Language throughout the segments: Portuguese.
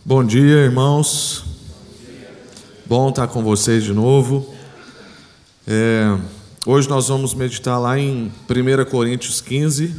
Bom dia, irmãos. Bom estar com vocês de novo. Hoje nós vamos meditar lá em 1 Coríntios 15.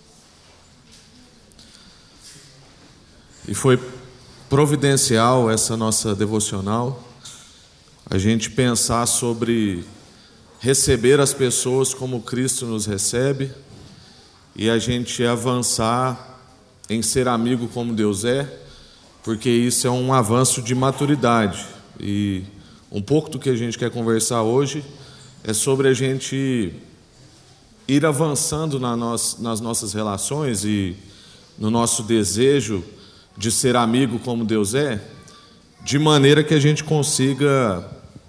E foi providencial essa nossa devocional, a gente pensar sobre receber as pessoas como Cristo nos recebe e a gente avançar em ser amigo como Deus é, porque isso é um avanço de maturidade. E um pouco do que a gente quer conversar hoje é sobre a gente ir avançando nas nossas relações e no nosso desejo de ser amigo como Deus é, de maneira que a gente consiga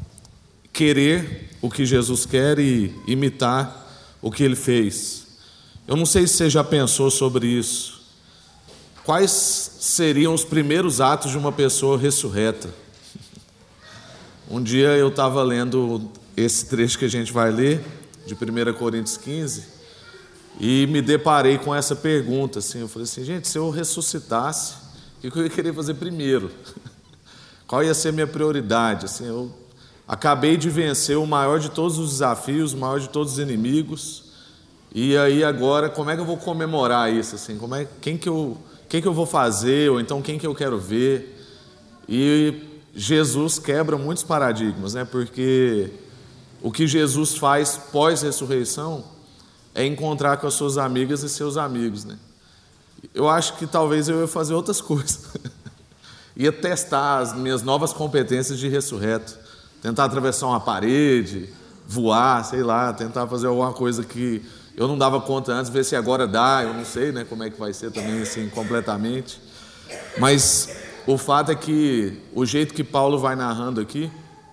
querer o que Jesus quer e imitar o que Ele fez. Eu não sei se você já pensou sobre isso. Quais seriam os primeiros atos de uma pessoa ressurreta? Um dia eu estava lendo esse trecho que a gente vai ler, de 1 Coríntios 15, e me deparei com essa pergunta. Assim, eu falei assim, gente, se eu ressuscitasse, o que eu ia querer fazer primeiro? Qual ia ser a minha prioridade? Assim, eu acabei de vencer o maior de todos os desafios, o maior de todos os inimigos, e aí agora, como é que eu vou comemorar isso? Assim, quem que eu vou fazer, ou então quem que eu quero ver? E Jesus quebra muitos paradigmas, né? Porque o que Jesus faz pós-ressurreição é encontrar com as suas amigas e seus amigos, né? Eu acho que talvez eu ia fazer outras coisas. Ia testar as minhas novas competências de ressurreto, tentar atravessar uma parede, voar, sei lá, tentar fazer alguma coisa que eu não dava conta antes, ver se agora dá, eu não sei, né, como é que vai ser também, assim, completamente. Mas o fato é que o jeito que Paulo vai narrando aqui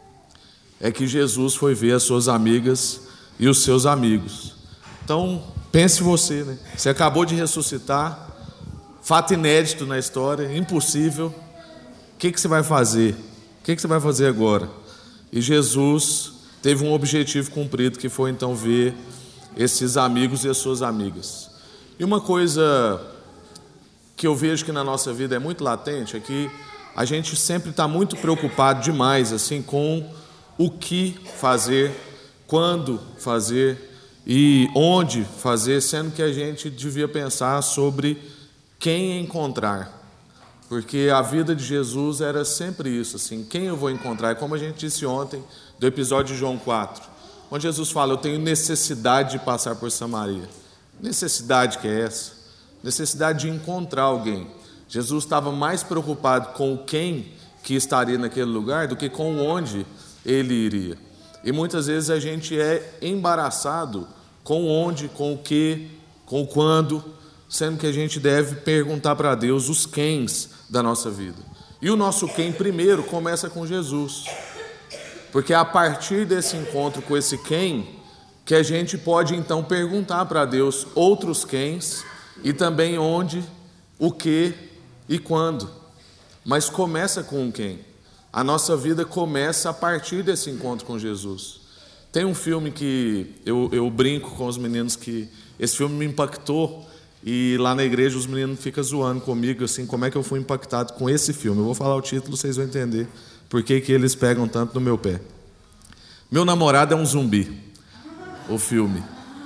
é que Jesus foi ver as suas amigas e os seus amigos. Então, pense você, né? Você acabou de ressuscitar, fato inédito na história, impossível. O que você vai fazer? O que você vai fazer agora? E Jesus teve um objetivo cumprido, que foi então ver esses amigos e as suas amigas. E uma coisa que eu vejo que na nossa vida é muito latente é que a gente sempre está muito preocupado demais assim, com o que fazer, quando fazer e onde fazer, sendo que a gente devia pensar sobre quem encontrar. Porque a vida de Jesus era sempre isso, assim, quem eu vou encontrar? É como a gente disse ontem do episódio de João 4, onde Jesus fala, eu tenho necessidade de passar por Samaria. Necessidade que é essa? Necessidade de encontrar alguém. Jesus estava mais preocupado com o quem que estaria naquele lugar do que com onde ele iria. E muitas vezes a gente é embaraçado com onde, com o que, com o quando, sendo que a gente deve perguntar para Deus os quens da nossa vida. E o nosso quem primeiro começa com Jesus. Porque é a partir desse encontro com esse quem que a gente pode então perguntar para Deus outros quens e também onde, o que e quando. Mas começa com o quem. A nossa vida começa a partir desse encontro com Jesus. Tem um filme que eu brinco com os meninos que esse filme me impactou e lá na igreja os meninos ficam zoando comigo assim, como é que eu fui impactado com esse filme. Eu vou falar o título, vocês vão entender por que eles pegam tanto no meu pé. Meu Namorado é um Zumbi, o filme.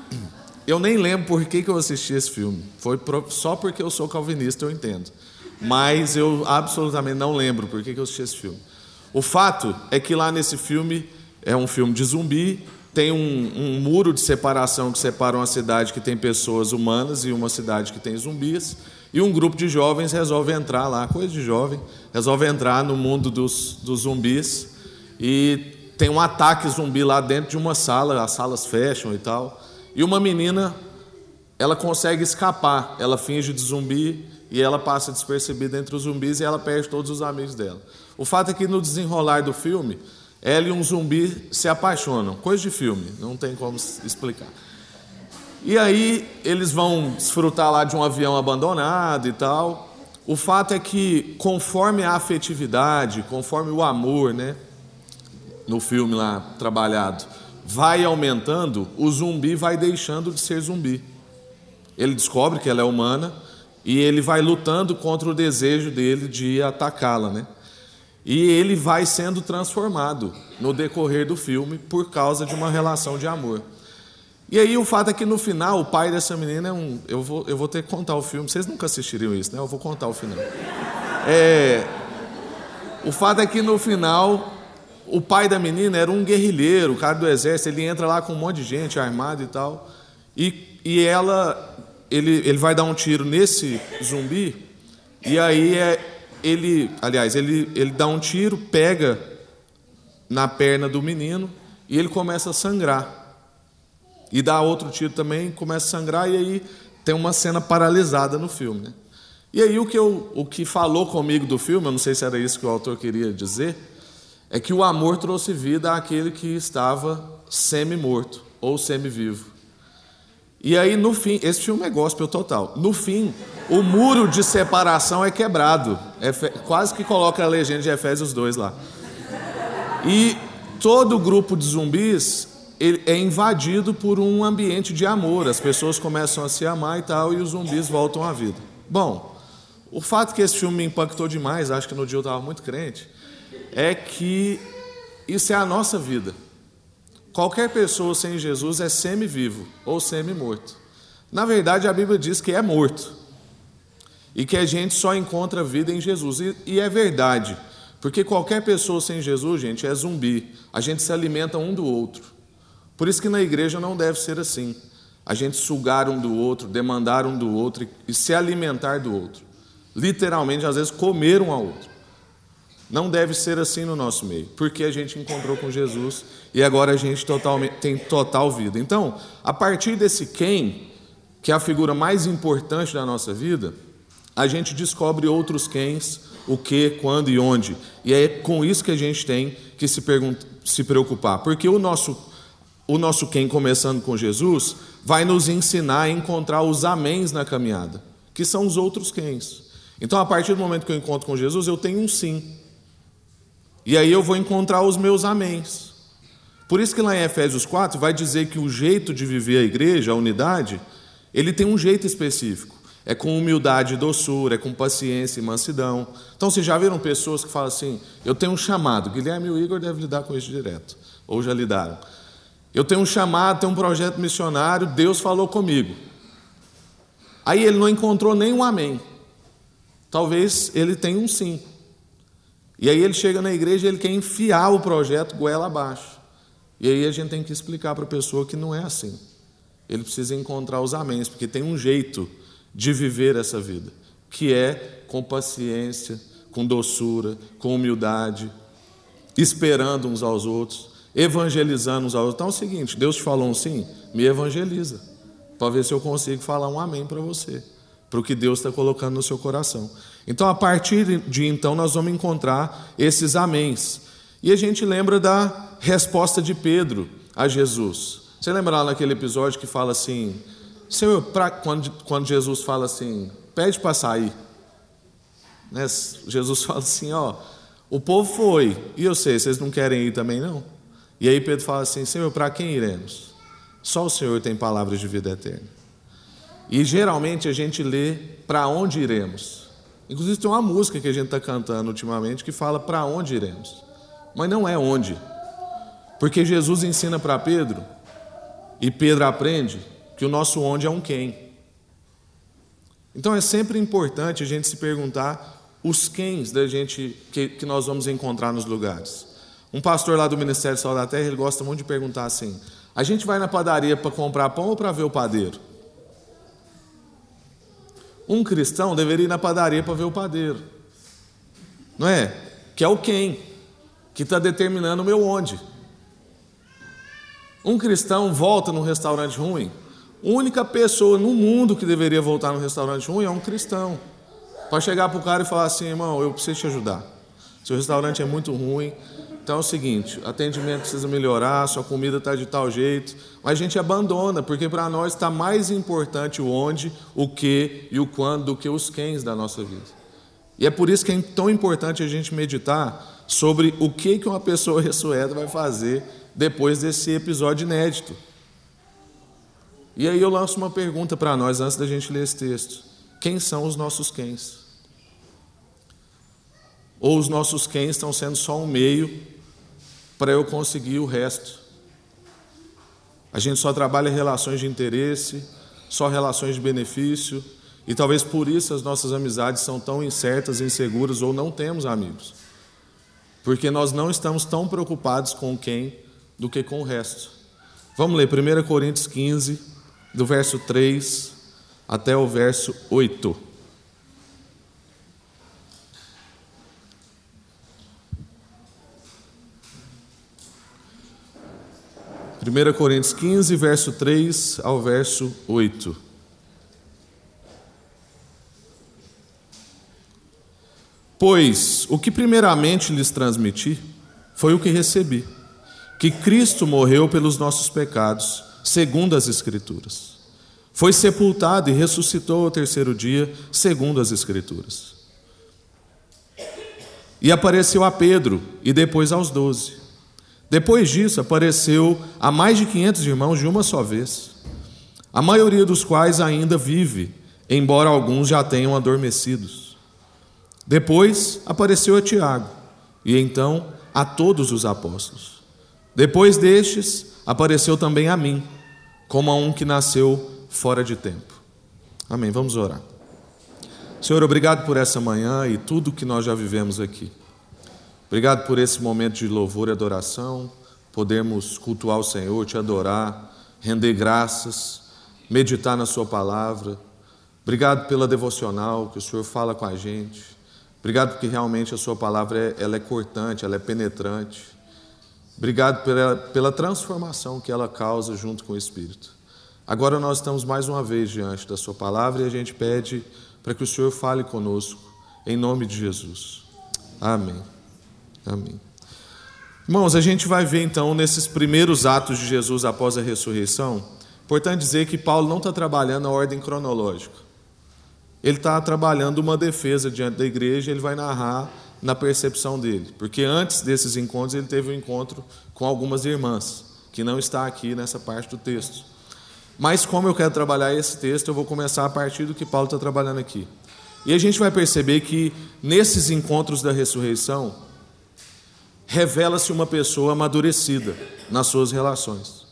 Eu nem lembro por que eu assisti esse filme. Foi só porque eu sou calvinista, eu entendo. Mas eu absolutamente não lembro por que eu assisti esse filme. O fato é que lá nesse filme, é um filme de zumbi, tem um muro de separação que separa uma cidade que tem pessoas humanas e uma cidade que tem zumbis, e um grupo de jovens resolve entrar lá, coisa de jovem, resolve entrar no mundo dos zumbis, e tem um ataque zumbi lá dentro de uma sala, as salas fecham e tal, e uma menina, ela consegue escapar, ela finge de zumbi e ela passa despercebida entre os zumbis e ela perde todos os amigos dela. O fato é que no desenrolar do filme, ela e um zumbi se apaixonam, coisa de filme, não tem como explicar. E aí eles vão desfrutar lá de um avião abandonado e tal. O fato é que conforme a afetividade, conforme o amor, né, no filme lá trabalhado, vai aumentando, o zumbi vai deixando de ser zumbi. Ele descobre que ela é humana e ele vai lutando contra o desejo dele de atacá-la, né? E ele vai sendo transformado no decorrer do filme por causa de uma relação de amor. E aí o fato é que no final o pai dessa menina é um... Eu vou ter que contar o filme, vocês nunca assistiriam isso, né? Eu vou contar o final. O fato é que no final o pai da menina era um guerrilheiro, o cara do exército, ele entra lá com um monte de gente armado e tal, e ele vai dar um tiro nesse zumbi, e aí ele dá um tiro, pega na perna do menino e ele começa a sangrar. E dá outro tiro também, começa a sangrar, e aí tem uma cena paralisada no filme, né? E aí o que falou comigo do filme, eu não sei se era isso que o autor queria dizer, é que o amor trouxe vida àquele que estava semi-morto ou semi-vivo. E aí no fim, esse filme é gospel total. No fim, o muro de separação é quebrado. Quase que coloca a legenda de Efésios 2 lá. E todo grupo de zumbis é invadido por um ambiente de amor. As pessoas começam a se amar e tal, e os zumbis voltam à vida. Bom, o fato que esse filme me impactou demais, acho que no dia eu estava muito crente, é que isso é a nossa vida. Qualquer pessoa sem Jesus é semi-vivo ou semi-morto. Na verdade, a Bíblia diz que é morto. E que a gente só encontra vida em Jesus. E é verdade, porque qualquer pessoa sem Jesus, gente, é zumbi. A gente se alimenta um do outro. Por isso que na igreja não deve ser assim. A gente sugar um do outro, demandar um do outro e se alimentar do outro. Literalmente, às vezes, comer um ao outro. Não deve ser assim no nosso meio, porque a gente encontrou com Jesus e agora a gente tem total vida. Então, a partir desse quem, que é a figura mais importante da nossa vida, a gente descobre outros quens, o que, quando e onde. E é com isso que a gente tem que se preocupar, porque o nosso quem, começando com Jesus, vai nos ensinar a encontrar os améns na caminhada, que são os outros quens. Então, a partir do momento que eu encontro com Jesus, eu tenho um sim. E aí eu vou encontrar os meus améns. Por isso que lá em Efésios 4 vai dizer que o jeito de viver a igreja, a unidade, ele tem um jeito específico. É com humildade e doçura, é com paciência e mansidão. Então vocês já viram pessoas que falam assim, eu tenho um chamado, Guilherme e o Igor devem lidar com isso direto, ou já lidaram. Eu tenho um chamado, tenho um projeto missionário, Deus falou comigo. Aí ele não encontrou nenhum amém. Talvez ele tenha um sim. E aí ele chega na igreja e ele quer enfiar o projeto goela abaixo. E aí a gente tem que explicar para a pessoa que não é assim. Ele precisa encontrar os améns, porque tem um jeito de viver essa vida, que é com paciência, com doçura, com humildade, esperando uns aos outros, evangelizando uns aos outros. Então é o seguinte, Deus te falou um sim, me evangeliza, para ver se eu consigo falar um amém para você, para o que Deus está colocando no seu coração. Então, a partir de então, nós vamos encontrar esses améns. E a gente lembra da resposta de Pedro a Jesus. Você lembra lá naquele episódio que fala assim, Senhor, quando Jesus fala assim, pede para sair. Né? Jesus fala assim, o povo foi, e eu sei, vocês não querem ir também não? E aí Pedro fala assim, Senhor, para quem iremos? Só o Senhor tem palavras de vida eterna. E geralmente a gente lê, para onde iremos? Inclusive tem uma música que a gente está cantando ultimamente que fala para onde iremos. Mas não é onde. Porque Jesus ensina para Pedro, e Pedro aprende, que o nosso onde é um quem. Então é sempre importante a gente se perguntar os quens da gente que nós vamos encontrar nos lugares. Um pastor lá do Ministério Sal da Terra, ele gosta muito de perguntar assim, a gente vai na padaria para comprar pão ou para ver o padeiro? Um cristão deveria ir na padaria para ver o padeiro, não é? Que é o quem, que está determinando o meu onde. Um cristão volta num restaurante ruim, a única pessoa no mundo que deveria voltar num restaurante ruim é um cristão. Para chegar para o cara e falar assim, irmão, eu preciso te ajudar. Seu restaurante é muito ruim, então é o seguinte, atendimento precisa melhorar, sua comida está de tal jeito, mas a gente abandona, porque para nós está mais importante o onde, o que e o quando do que os quens da nossa vida. E é por isso que é tão importante a gente meditar sobre o que uma pessoa ressurreta vai fazer depois desse episódio inédito. E aí eu lanço uma pergunta para nós antes da gente ler esse texto. quem são os nossos quens. Ou os nossos quens estão sendo só um meio para eu conseguir o resto. A gente só trabalha em relações de interesse, só relações de benefício, e talvez por isso as nossas amizades são tão incertas, inseguras, ou não temos amigos. Porque nós não estamos tão preocupados com quem do que com o resto. Vamos ler 1 Coríntios 15, do verso 3 até o verso 8. Primeira Coríntios 15, verso 3 ao verso 8. Pois o que primeiramente lhes transmiti foi o que recebi, que Cristo morreu pelos nossos pecados, segundo as Escrituras. Foi sepultado e ressuscitou ao terceiro dia, segundo as Escrituras. E apareceu a Pedro e depois aos 12. Depois disso, apareceu a mais de 500 irmãos de uma só vez, a maioria dos quais ainda vive, embora alguns já tenham adormecidos. Depois apareceu a Tiago, e então a todos os apóstolos. Depois destes, apareceu também a mim, como a um que nasceu fora de tempo. Amém, vamos orar. Senhor, obrigado por essa manhã e tudo que nós já vivemos aqui. Obrigado por esse momento de louvor e adoração, podermos cultuar o Senhor, te adorar, render graças, meditar na sua palavra. Obrigado pela devocional que o Senhor fala com a gente. Obrigado porque realmente a sua palavra ela é cortante, ela é penetrante. Obrigado pela transformação que ela causa junto com o Espírito. Agora nós estamos mais uma vez diante da sua palavra e a gente pede para que o Senhor fale conosco, em nome de Jesus. Amém. Amém. Irmãos, a gente vai ver então nesses primeiros atos de Jesus após a ressurreição, importante dizer que Paulo não está trabalhando na ordem cronológica. Ele está trabalhando uma defesa diante da igreja, ele vai narrar na percepção dele, porque antes desses encontros ele teve um encontro com algumas irmãs, que não está aqui nessa parte do texto. Mas como eu quero trabalhar esse texto, eu vou começar a partir do que Paulo está trabalhando aqui. E a gente vai perceber que nesses encontros da ressurreição, revela-se uma pessoa amadurecida nas suas relações.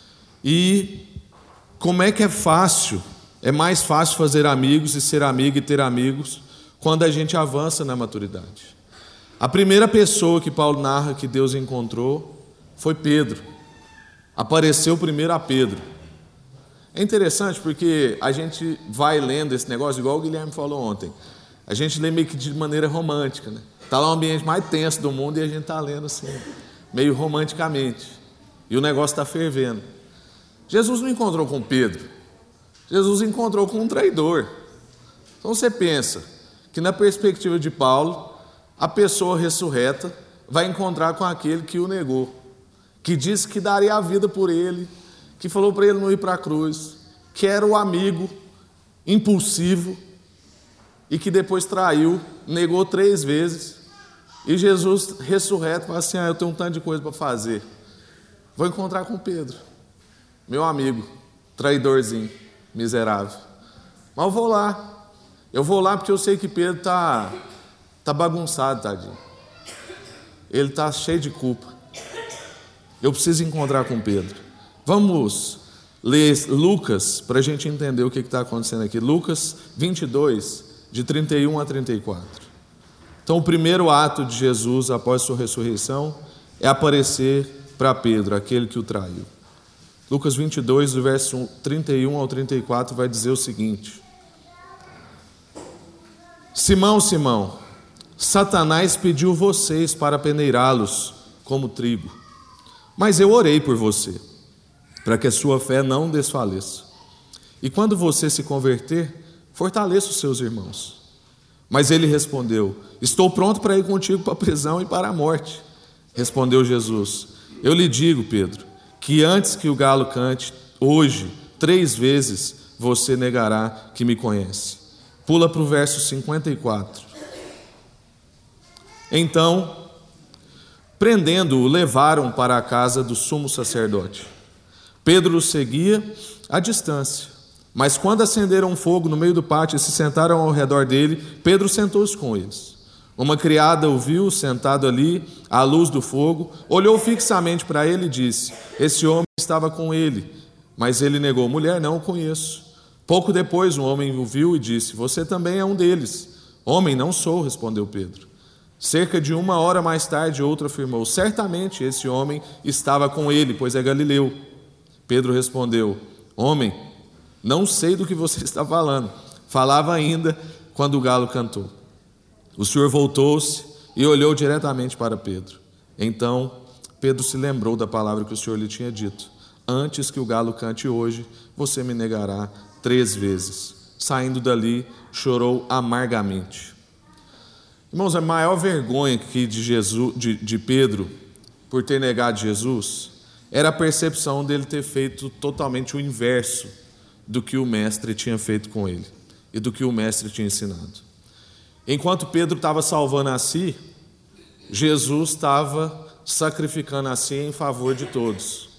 E como é que é mais fácil fazer amigos e ser amigo e ter amigos quando a gente avança na maturidade. A primeira pessoa que Paulo narra que Deus encontrou foi Pedro. Apareceu primeiro a Pedro. É interessante porque a gente vai lendo esse negócio, igual o Guilherme falou ontem. A gente lê meio que de maneira romântica, né? Está lá o ambiente mais tenso do mundo e a gente está lendo assim, meio romanticamente. E o negócio está fervendo. Jesus não encontrou com Pedro. Jesus encontrou com um traidor. Então você pensa que na perspectiva de Paulo, a pessoa ressurreta vai encontrar com aquele que o negou, que disse que daria a vida por ele, que falou para ele não ir para a cruz, que era o amigo impulsivo e que depois traiu, negou 3 vezes. E Jesus ressurreto fala assim, eu tenho um tanto de coisa para fazer. Vou encontrar com Pedro, meu amigo, traidorzinho, miserável. Mas eu vou lá porque eu sei que Pedro está bagunçado, tadinho. Ele está cheio de culpa. Eu preciso encontrar com Pedro. Vamos ler Lucas para a gente entender o que está acontecendo aqui. Lucas 22, de 31 a 34. Então o primeiro ato de Jesus após sua ressurreição é aparecer para Pedro, aquele que o traiu. Lucas 22, do verso 31 ao 34, vai dizer o seguinte: Simão, Simão, Satanás pediu vocês para peneirá-los como trigo. Mas eu orei por você, para que a sua fé não desfaleça. E quando você se converter, fortaleça os seus irmãos. Mas ele respondeu: estou pronto para ir contigo para a prisão e para a morte. Respondeu Jesus: eu lhe digo, Pedro, que antes que o galo cante, hoje, 3 vezes, você negará que me conhece. Pula para o verso 54. Então, prendendo-o, levaram para a casa do sumo sacerdote. Pedro o seguia à distância, Mas quando acenderam um fogo no meio do pátio e se sentaram ao redor dele, Pedro sentou-se com eles. Uma criada o viu sentado ali, à luz do fogo, olhou fixamente para ele e disse: esse homem estava com ele. Mas ele negou: mulher, não o conheço. Pouco depois um homem o viu e disse: você também é um deles. Homem, não sou, respondeu Pedro. Cerca de 1 hora mais tarde, outro afirmou: certamente esse homem estava com ele, pois é galileu. Pedro respondeu: homem, não sei do que você está falando. Falava ainda quando o galo cantou. O Senhor voltou-se e olhou diretamente para Pedro. Então Pedro se lembrou da palavra que o Senhor lhe tinha dito: antes que o galo cante hoje, você me negará 3 vezes. Saindo dali, chorou amargamente. Irmãos, a maior vergonha que de Pedro por ter negado Jesus era a percepção dele ter feito totalmente o inverso do que o mestre tinha feito com ele e do que o mestre tinha ensinado. Enquanto Pedro estava salvando a si, Jesus estava sacrificando a si em favor de todos.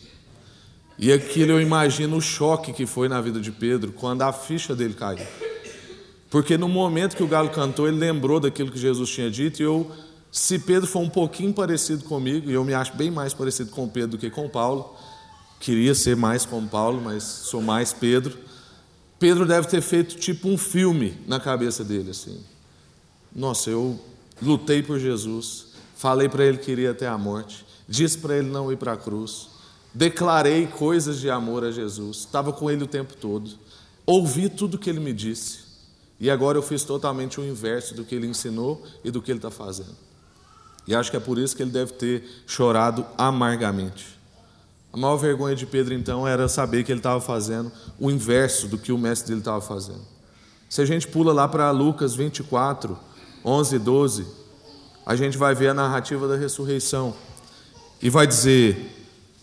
E aquilo eu imagino o choque que foi na vida de Pedro quando a ficha dele caiu. Porque no momento que o galo cantou, ele lembrou daquilo que Jesus tinha dito. E se Pedro for um pouquinho parecido comigo, e eu me acho bem mais parecido com Pedro do que com Paulo, queria ser mais como Paulo, mas sou mais Pedro. Pedro deve ter feito tipo um filme na cabeça dele, assim. Nossa, eu lutei por Jesus, falei para ele que iria até a morte, disse para ele não ir para a cruz, declarei coisas de amor a Jesus, estava com ele o tempo todo, ouvi tudo que ele me disse, e agora eu fiz totalmente o inverso do que ele ensinou e do que ele está fazendo. E acho que é por isso que ele deve ter chorado amargamente. A maior vergonha de Pedro, então, era saber que ele estava fazendo o inverso do que o mestre dele estava fazendo. Se a gente pula lá para Lucas 24, 11 e 12, a gente vai ver a narrativa da ressurreição. E vai dizer,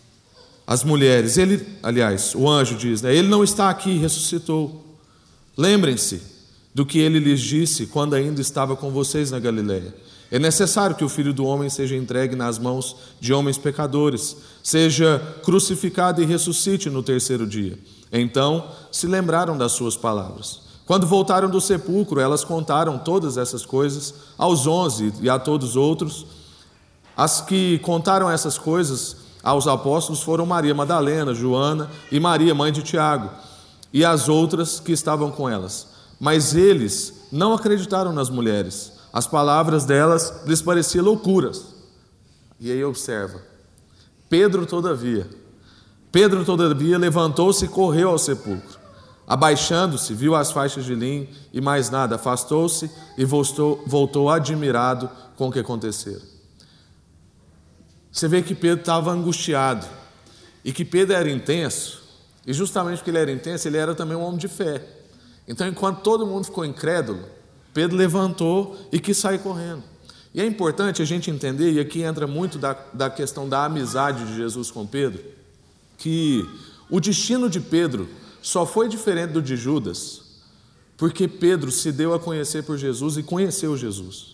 as mulheres, o anjo diz, né, ele não está aqui, ressuscitou. Lembrem-se do que ele lhes disse quando ainda estava com vocês na Galileia. É necessário que o Filho do Homem seja entregue nas mãos de homens pecadores, seja crucificado e ressuscite no 3º dia. Então se lembraram das suas palavras. Quando voltaram do sepulcro, elas contaram todas essas coisas aos 11 e a todos os outros. As que contaram essas coisas aos apóstolos foram Maria Madalena, Joana e Maria, mãe de Tiago, e as outras que estavam com elas. Mas eles não acreditaram nas mulheres. As palavras delas lhes pareciam loucuras. E aí observa, Pedro todavia levantou-se e correu ao sepulcro. Abaixando-se, viu as faixas de linho e mais nada, afastou-se e voltou admirado com o que acontecera. Você vê que Pedro estava angustiado e que Pedro era intenso, e justamente porque ele era intenso, ele era também um homem de fé. Então, enquanto todo mundo ficou incrédulo, Pedro levantou e quis sair correndo. E é importante a gente entender, e aqui entra muito da questão da amizade de Jesus com Pedro, que o destino de Pedro só foi diferente do de Judas, porque Pedro se deu a conhecer por Jesus e conheceu Jesus.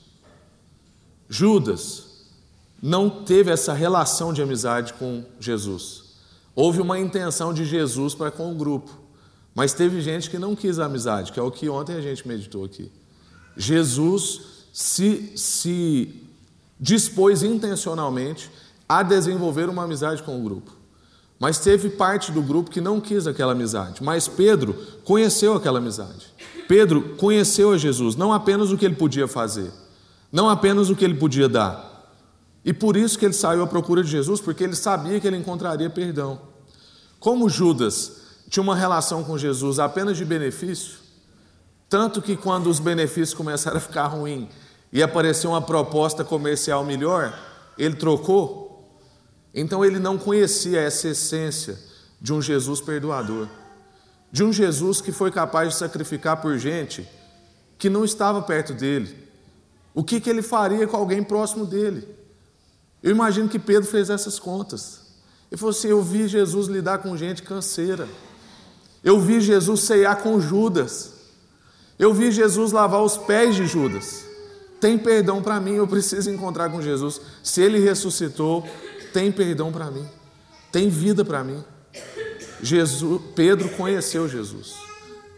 Judas não teve essa relação de amizade com Jesus. Houve uma intenção de Jesus para com o grupo, mas teve gente que não quis a amizade, que é o que ontem a gente meditou aqui. Jesus se dispôs intencionalmente a desenvolver uma amizade com o grupo. Mas teve parte do grupo que não quis aquela amizade. Mas Pedro conheceu aquela amizade. Pedro conheceu a Jesus, não apenas o que ele podia fazer, não apenas o que ele podia dar. E por isso que ele saiu à procura de Jesus, porque ele sabia que ele encontraria perdão. Como Judas tinha uma relação com Jesus apenas de benefício, tanto que quando os benefícios começaram a ficar ruins e apareceu uma proposta comercial melhor, ele trocou. Então ele não conhecia essa essência de um Jesus perdoador, de um Jesus que foi capaz de sacrificar por gente que não estava perto dele. O que ele faria com alguém próximo dele? Eu imagino que Pedro fez essas contas. Ele falou assim, eu vi Jesus lidar com gente canseira, eu vi Jesus ceiar com Judas, eu vi Jesus lavar os pés de Judas. Tem perdão para mim, eu preciso encontrar com Jesus. Se ele ressuscitou, tem perdão para mim, tem vida para mim. Pedro conheceu Jesus.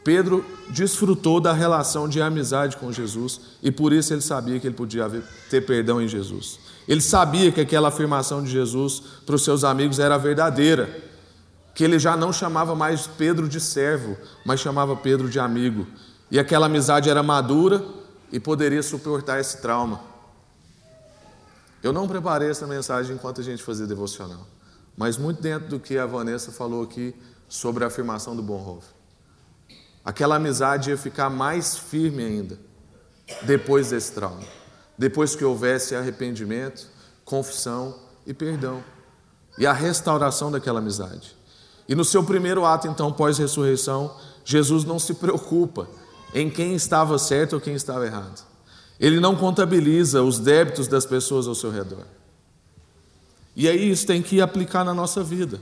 Pedro desfrutou da relação de amizade com Jesus e por isso ele sabia que ele podia ter perdão em Jesus. Ele sabia que aquela afirmação de Jesus para os seus amigos era verdadeira, que ele já não chamava mais Pedro de servo, mas chamava Pedro de amigo. E aquela amizade era madura e poderia suportar esse trauma. Eu não preparei essa mensagem enquanto a gente fazia devocional, mas muito dentro do que a Vanessa falou aqui sobre a afirmação do Bonhoeffer. Aquela amizade ia ficar mais firme ainda depois desse trauma, depois que houvesse arrependimento, confissão e perdão, e a restauração daquela amizade. E no seu primeiro ato, então, pós-ressurreição, Jesus não se preocupa em quem estava certo ou quem estava errado. Ele não contabiliza os débitos das pessoas ao seu redor. E aí isso tem que aplicar na nossa vida.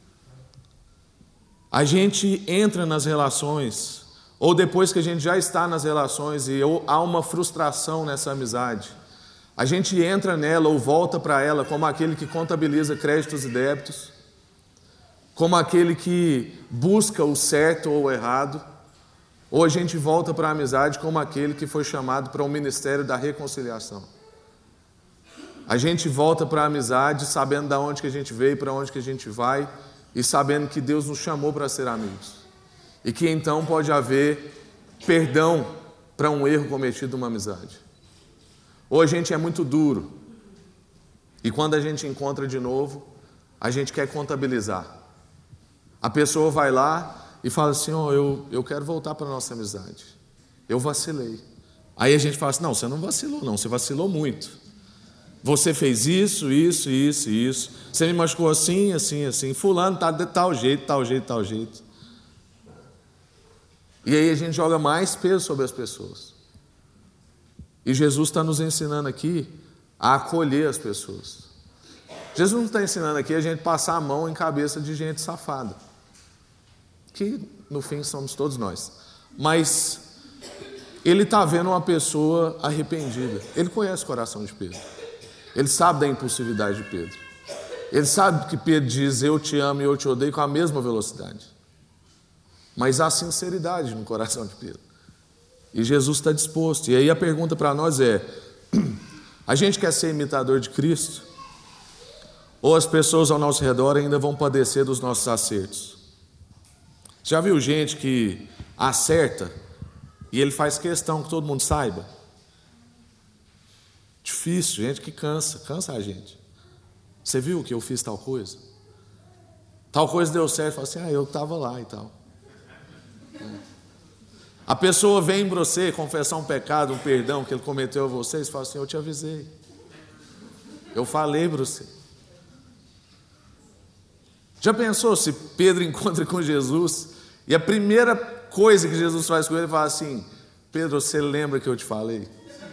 A gente entra nas relações, ou depois que a gente já está nas relações e há uma frustração nessa amizade, a gente entra nela ou volta para ela como aquele que contabiliza créditos e débitos, como aquele que busca o certo ou o errado, ou a gente volta para a amizade como aquele que foi chamado para o ministério da reconciliação. A gente volta para a amizade sabendo de onde que a gente veio, para onde que a gente vai, e sabendo que Deus nos chamou para ser amigos. E que então pode haver perdão para um erro cometido numa amizade. Ou a gente é muito duro, e quando a gente encontra de novo, a gente quer contabilizar. A pessoa vai lá e fala assim, eu quero voltar para a nossa amizade. Eu vacilei. Aí a gente fala assim, não, você não vacilou não, você vacilou muito. Você fez isso, isso, isso, isso. Você me machucou assim, assim, assim. Fulano está de tal jeito, tal jeito, tal jeito. E aí a gente joga mais peso sobre as pessoas. E Jesus está nos ensinando aqui a acolher as pessoas. Jesus não está ensinando aqui a gente passar a mão em cabeça de gente safada, que no fim somos todos nós. Mas ele está vendo uma pessoa arrependida. Ele conhece o coração de Pedro. Ele sabe da impulsividade de Pedro. Ele sabe que Pedro diz, eu te amo e eu te odeio com a mesma velocidade. Mas há sinceridade no coração de Pedro. E Jesus está disposto. E aí a pergunta para nós é, a gente quer ser imitador de Cristo? Ou as pessoas ao nosso redor ainda vão padecer dos nossos acertos? Já viu gente que acerta e ele faz questão que todo mundo saiba? Difícil, gente que cansa a gente. Você viu que eu fiz tal coisa? Tal coisa deu certo, fala assim, eu estava lá e tal. A pessoa vem para você confessar um pecado, um perdão que ele cometeu a vocês, fala assim, eu te avisei. Eu falei para você. Já pensou se Pedro encontra com Jesus e a primeira coisa que Jesus faz com ele, fala assim, Pedro, você lembra que eu te falei?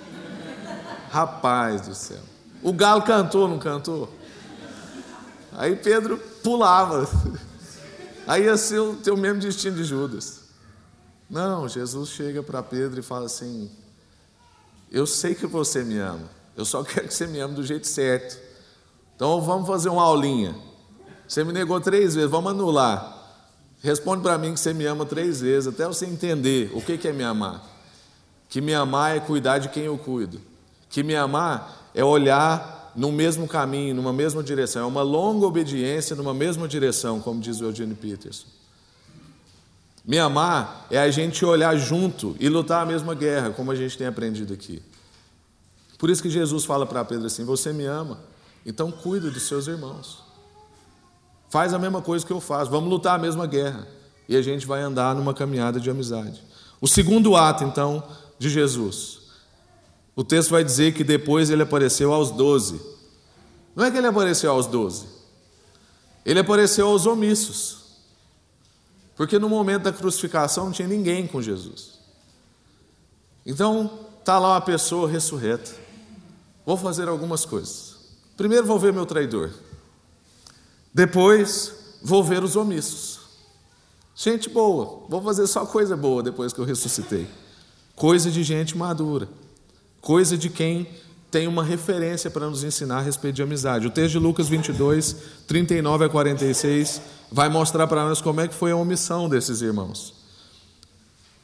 Rapaz do céu, o galo cantou, não cantou? Aí Pedro pulava, aí ia ser o teu mesmo destino de Judas. Não, Jesus chega para Pedro e fala assim, eu sei que você me ama, eu só quero que você me ame do jeito certo, então vamos fazer uma aulinha. Você me negou 3 vezes, vamos anular. Responde para mim que você me ama 3 vezes, até você entender o que é me amar. Que me amar é cuidar de quem eu cuido. Que me amar é olhar no mesmo caminho, numa mesma direção. É uma longa obediência numa mesma direção, como diz o Eugene Peterson. Me amar é a gente olhar junto e lutar a mesma guerra, como a gente tem aprendido aqui. Por isso que Jesus fala para Pedro assim, você me ama, então cuida dos seus irmãos. Faz a mesma coisa que eu faço, vamos lutar a mesma guerra. E a gente vai andar numa caminhada de amizade. O segundo ato, então, de Jesus. O texto vai dizer que depois ele apareceu aos 12. Não é que ele apareceu aos 12. Ele apareceu aos omissos. Porque no momento da crucificação não tinha ninguém com Jesus. Então, está lá uma pessoa ressurreta. Vou fazer algumas coisas. Primeiro vou ver meu traidor. Depois vou ver os omissos. Gente boa, vou fazer só coisa boa depois que eu ressuscitei. Coisa de gente madura. Coisa de quem tem uma referência para nos ensinar a respeito de amizade. O texto de Lucas 22, 39 a 46, vai mostrar para nós como é que foi a omissão desses irmãos.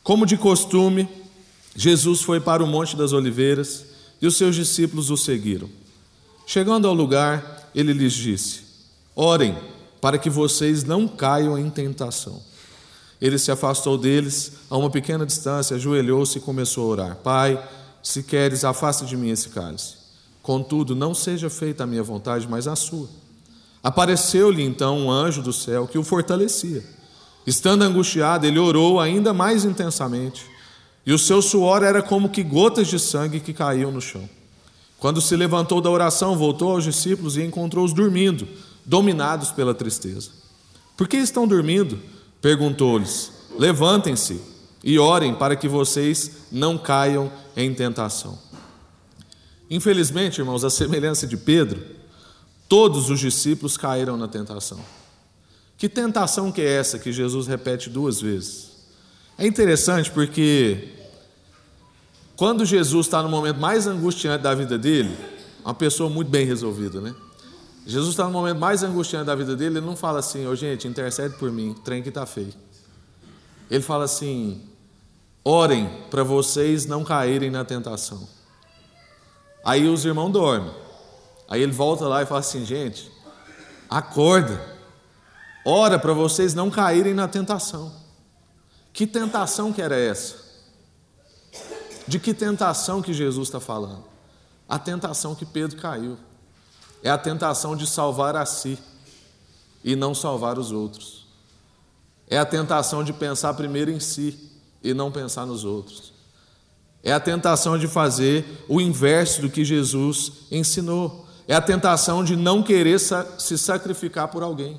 Como de costume, Jesus foi para o Monte das Oliveiras e os seus discípulos o seguiram. Chegando ao lugar, ele lhes disse: orem, para que vocês não caiam em tentação. Ele se afastou deles a uma pequena distância, ajoelhou-se e começou a orar: Pai, se queres, afasta de mim esse cálice. Contudo, não seja feita a minha vontade, mas a sua. Apareceu-lhe então um anjo do céu que o fortalecia. Estando angustiado, ele orou ainda mais intensamente, e o seu suor era como que gotas de sangue que caíam no chão. Quando se levantou da oração, voltou aos discípulos e encontrou-os dormindo, dominados pela tristeza. Por que estão dormindo? Perguntou-lhes. Levantem-se e orem para que vocês não caiam em tentação. Infelizmente, irmãos, à semelhança de Pedro, todos os discípulos caíram na tentação. Que tentação que é essa que Jesus repete 2 vezes? É interessante porque quando Jesus está no momento mais angustiante da vida dele, uma pessoa muito bem resolvida, né? Jesus está no momento mais angustiante da vida dele, ele não fala assim: ô gente, intercede por mim, o trem que está feio. Ele fala assim: orem para vocês não caírem na tentação. Aí os irmãos dormem. Aí ele volta lá e fala assim: gente, acorda, ora para vocês não caírem na tentação. Que tentação que era essa? De que tentação que Jesus está falando? A tentação que Pedro caiu. É a tentação de salvar a si e não salvar os outros. É a tentação de pensar primeiro em si e não pensar nos outros. É a tentação de fazer o inverso do que Jesus ensinou. É a tentação de não querer se sacrificar por alguém.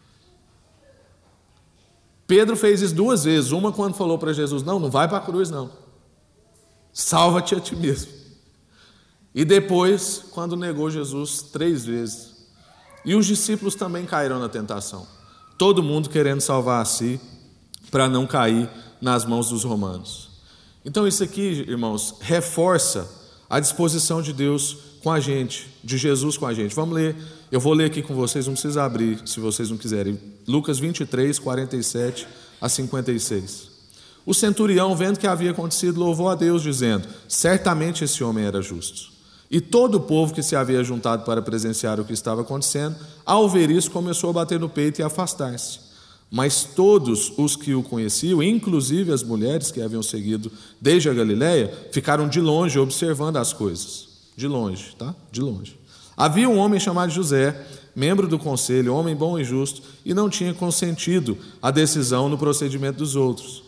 Pedro fez isso 2 vezes. Uma quando falou para Jesus: não vai para a cruz não. Salva-te a ti mesmo. E depois, quando negou Jesus 3 vezes. E os discípulos também caíram na tentação. Todo mundo querendo salvar a si para não cair nas mãos dos romanos. Então isso aqui, irmãos, reforça a disposição de Deus com a gente, de Jesus com a gente. Vamos ler, eu vou ler aqui com vocês, não precisa abrir se vocês não quiserem. Lucas 23, 47 a 56. O centurião, vendo o que havia acontecido, louvou a Deus, dizendo: certamente esse homem era justo. E todo o povo que se havia juntado para presenciar o que estava acontecendo, ao ver isso, começou a bater no peito e a afastar-se. Mas todos os que o conheciam, inclusive as mulheres que haviam seguido desde a Galiléia, ficaram de longe observando as coisas. De longe, tá? De longe. Havia um homem chamado José, membro do conselho, homem bom e justo, e não tinha consentido a decisão no procedimento dos outros.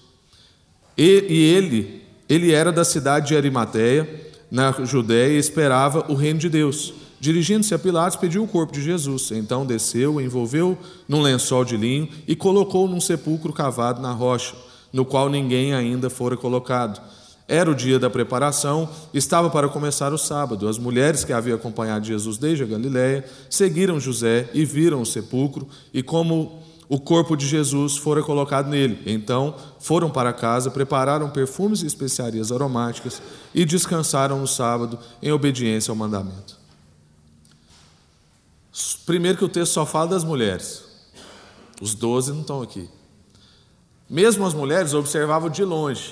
Ele era da cidade de Arimateia, na Judéia, e esperava o reino de Deus. Dirigindo-se a Pilatos, pediu o corpo de Jesus. Então desceu, o envolveu num lençol de linho e colocou num sepulcro cavado na rocha, no qual ninguém ainda fora colocado. Era o dia da preparação, estava para começar o sábado. As mulheres que haviam acompanhado Jesus desde a Galiléia seguiram José e viram o sepulcro e como o corpo de Jesus fora colocado nele. Então foram para casa, prepararam perfumes e especiarias aromáticas e descansaram no sábado em obediência ao mandamento. Primeiro que o texto só fala das mulheres. Os 12 não estão aqui. Mesmo as mulheres observavam de longe.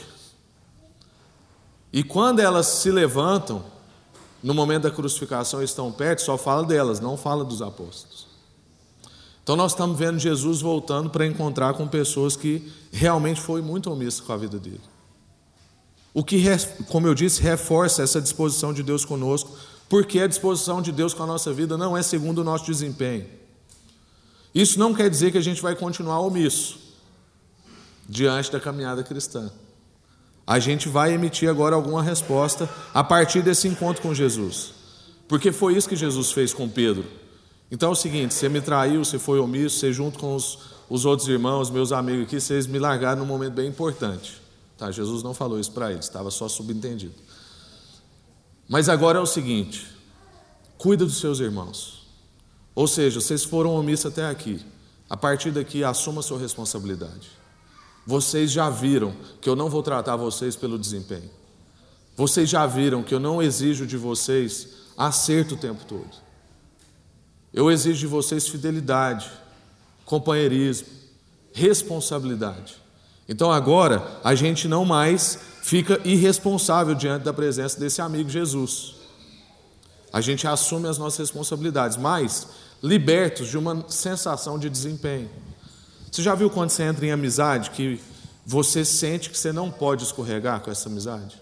E quando elas se levantam, no momento da crucificação estão perto, só fala delas, não fala dos apóstolos. Então nós estamos vendo Jesus voltando para encontrar com pessoas que realmente foi muito omissas com a vida dele. O que, como eu disse, reforça essa disposição de Deus conosco, porque a disposição de Deus com a nossa vida não é segundo o nosso desempenho. Isso não quer dizer que a gente vai continuar omisso diante da caminhada cristã. A gente vai emitir agora alguma resposta a partir desse encontro com Jesus, porque foi isso que Jesus fez com Pedro. Então é o seguinte: você me traiu, você foi omisso, você junto com os outros irmãos, meus amigos aqui, vocês me largaram num momento bem importante. Tá, Jesus não falou isso para eles, estava só subentendido. Mas agora é o seguinte: cuida dos seus irmãos. Ou seja, vocês foram omissos até aqui. A partir daqui, assuma a sua responsabilidade. Vocês já viram que eu não vou tratar vocês pelo desempenho. Vocês já viram que eu não exijo de vocês acerto o tempo todo. Eu exijo de vocês fidelidade, companheirismo, responsabilidade. Então agora a gente não mais fica irresponsável diante da presença desse amigo Jesus. A gente assume as nossas responsabilidades, mas libertos de uma sensação de desempenho. Você já viu quando você entra em amizade que você sente que você não pode escorregar com essa amizade?